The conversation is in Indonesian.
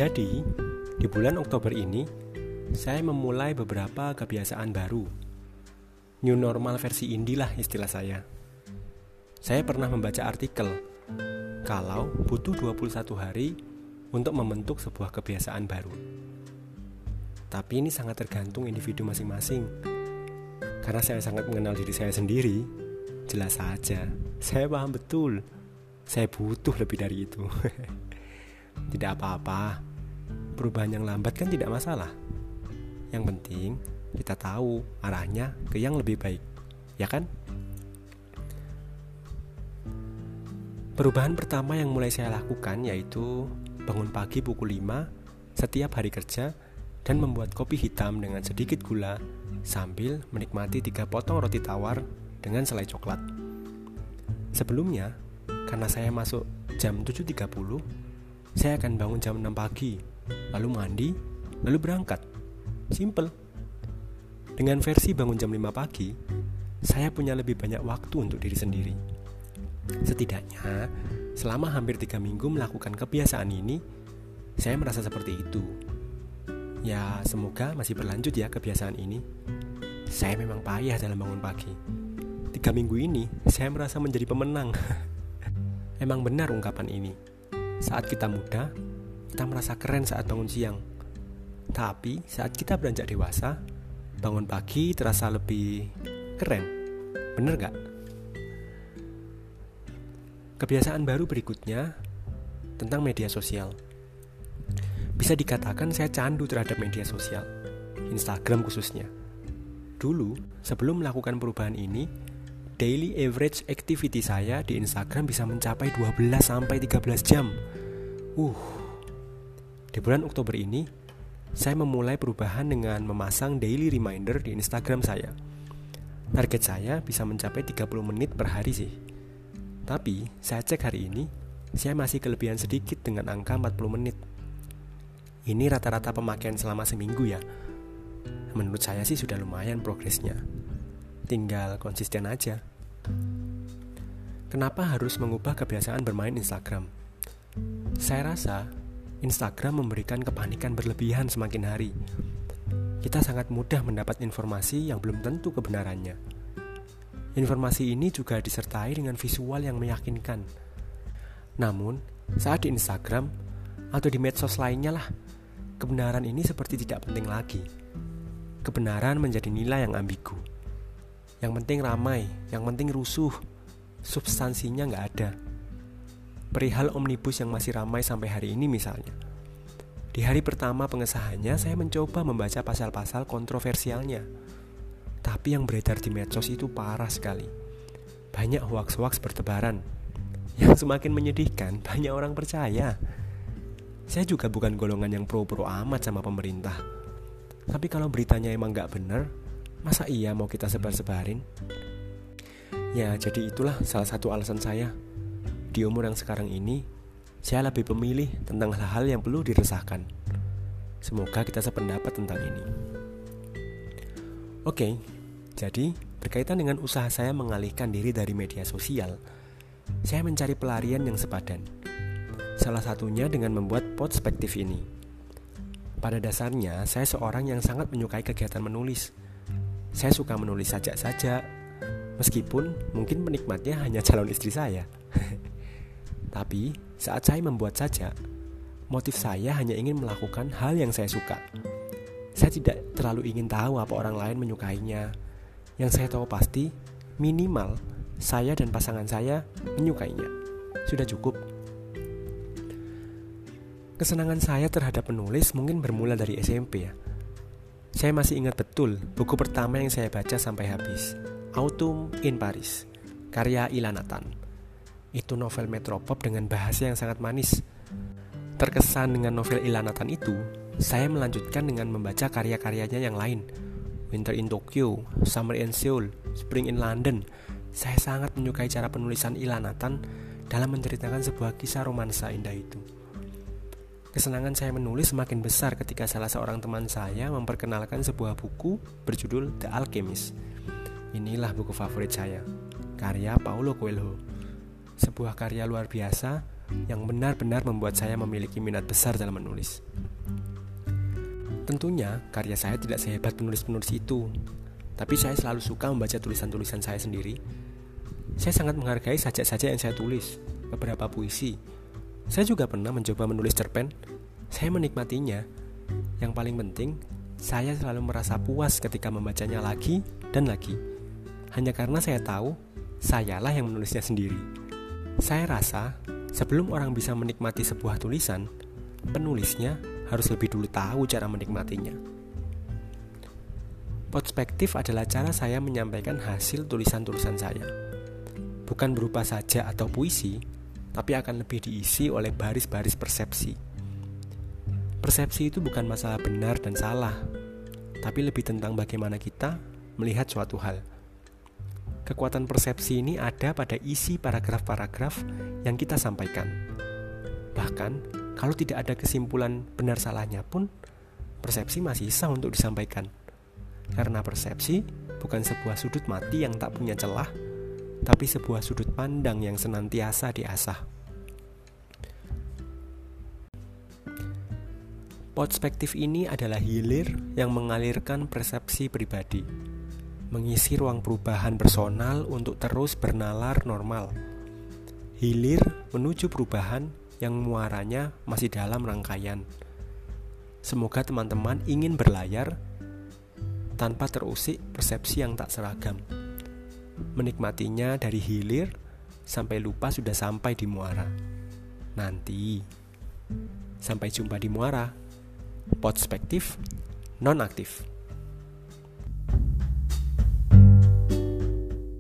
Jadi, di bulan Oktober ini, saya memulai beberapa kebiasaan baru. New normal versi indie lah istilah saya. Saya pernah membaca artikel, kalau butuh 21 hari untuk membentuk sebuah kebiasaan baru. Tapi ini sangat tergantung individu masing-masing. Karena saya sangat mengenal diri saya sendiri, jelas saja, saya paham betul, saya butuh lebih dari itu. Tidak apa-apa, perubahan yang lambat kan tidak masalah. Yang penting kita tahu arahnya ke yang lebih baik, ya kan? Perubahan pertama yang mulai saya lakukan yaitu bangun pagi pukul 5 setiap hari kerja dan membuat kopi hitam dengan sedikit gula sambil menikmati 3 potong roti tawar dengan selai coklat. Sebelumnya, karena saya masuk jam 7.30, saya akan bangun jam 6 pagi, lalu mandi, lalu berangkat. Simple. Dengan versi bangun jam 5 pagi, saya punya lebih banyak waktu untuk diri sendiri. Setidaknya, selama hampir 3 minggu melakukan kebiasaan ini, saya merasa seperti itu. Ya, semoga masih berlanjut ya kebiasaan ini. Saya memang payah dalam bangun pagi. 3 minggu ini, saya merasa menjadi pemenang. Emang benar ungkapan ini. Saat kita muda, kita merasa keren saat bangun siang. Tapi saat kita beranjak dewasa, bangun pagi terasa lebih keren. Bener gak? Kebiasaan baru berikutnya tentang media sosial. Bisa dikatakan saya candu terhadap media sosial, Instagram khususnya. Dulu, sebelum melakukan perubahan ini, daily average activity saya di Instagram bisa mencapai 12-13 jam. Di bulan Oktober ini, saya memulai perubahan dengan memasang daily reminder di Instagram saya. Target saya bisa mencapai 30 menit per hari sih. Tapi, saya cek hari ini, saya masih kelebihan sedikit dengan angka 40 menit. Ini rata-rata pemakaian selama seminggu ya. Menurut saya sih sudah lumayan progresnya. Tinggal konsisten aja. Kenapa harus mengubah kebiasaan bermain Instagram? Saya rasa Instagram memberikan kepanikan berlebihan semakin hari. Kita sangat mudah mendapat informasi yang belum tentu kebenarannya. Informasi ini juga disertai dengan visual yang meyakinkan. Namun, saat di Instagram atau di medsos lainnya lah, kebenaran ini seperti tidak penting lagi. Kebenaran menjadi nilai yang ambigu. Yang penting ramai, yang penting rusuh, substansinya nggak ada. Perihal omnibus yang masih ramai sampai hari ini misalnya. Di hari pertama pengesahannya, saya mencoba membaca pasal-pasal kontroversialnya. Tapi yang beredar di medsos itu parah sekali. Banyak hoaks-hoaks bertebaran. Yang semakin menyedihkan, banyak orang percaya. Saya juga bukan golongan yang pro-pro amat sama pemerintah. Tapi kalau beritanya emang gak bener, masa iya mau kita sebar-sebarin? Ya, jadi itulah salah satu alasan saya. Di umur yang sekarang ini, saya lebih memilih tentang hal-hal yang perlu diresahkan. Semoga kita sependapat tentang ini. Oke, jadi berkaitan dengan usaha saya mengalihkan diri dari media sosial, saya mencari pelarian yang sepadan. Salah satunya dengan membuat perspektif ini. Pada dasarnya, saya seorang yang sangat menyukai kegiatan menulis. Saya suka menulis sajak-sajak, meskipun mungkin penikmatnya hanya calon istri saya. Tapi, saat saya membuat sajak, motif saya hanya ingin melakukan hal yang saya suka. Saya tidak terlalu ingin tahu apa orang lain menyukainya. Yang saya tahu pasti, minimal saya dan pasangan saya menyukainya. Sudah cukup. Kesenangan saya terhadap menulis mungkin bermula dari SMP ya. Saya masih ingat betul buku pertama yang saya baca sampai habis, Autumn in Paris, karya Ilana Tan. Itu novel metropop dengan bahasa yang sangat manis. Terkesan dengan novel Ilana Tan itu, saya melanjutkan dengan membaca karya-karyanya yang lain. Winter in Tokyo, Summer in Seoul, Spring in London. Saya sangat menyukai cara penulisan Ilana Tan dalam menceritakan sebuah kisah romansa indah itu. Kesenangan saya menulis semakin besar ketika salah seorang teman saya memperkenalkan sebuah buku berjudul The Alchemist. Inilah buku favorit saya, karya Paulo Coelho. Sebuah karya luar biasa, yang benar-benar membuat saya memiliki minat besar dalam menulis. Tentunya karya saya tidak sehebat penulis-penulis itu, tapi saya selalu suka membaca tulisan-tulisan saya sendiri. Saya sangat menghargai sajak-sajak yang saya tulis, beberapa puisi. Saya juga pernah mencoba menulis cerpen. Saya menikmatinya. Yang paling penting, saya selalu merasa puas ketika membacanya lagi dan lagi. Hanya karena saya tahu, sayalah yang menulisnya sendiri. Saya rasa, sebelum orang bisa menikmati sebuah tulisan, penulisnya harus lebih dulu tahu cara menikmatinya. Perspektif adalah cara saya menyampaikan hasil tulisan-tulisan saya. Bukan berupa sajak atau puisi, tapi akan lebih diisi oleh baris-baris persepsi. Persepsi itu bukan masalah benar dan salah, tapi lebih tentang bagaimana kita melihat suatu hal. Kekuatan persepsi ini ada pada isi paragraf-paragraf yang kita sampaikan. Bahkan, kalau tidak ada kesimpulan benar salahnya pun, persepsi masih sah untuk disampaikan. Karena persepsi bukan sebuah sudut mati yang tak punya celah, tapi sebuah sudut pandang yang senantiasa diasah. Perspektif ini adalah hilir yang mengalirkan persepsi pribadi, mengisi ruang perubahan personal untuk terus bernalar normal. Hilir menuju perubahan yang muaranya masih dalam rangkaian. Semoga teman-teman ingin berlayar tanpa terusik persepsi yang tak seragam. Menikmatinya dari hilir sampai lupa sudah sampai di muara. Nanti, sampai jumpa di muara. Perspektif non-aktif.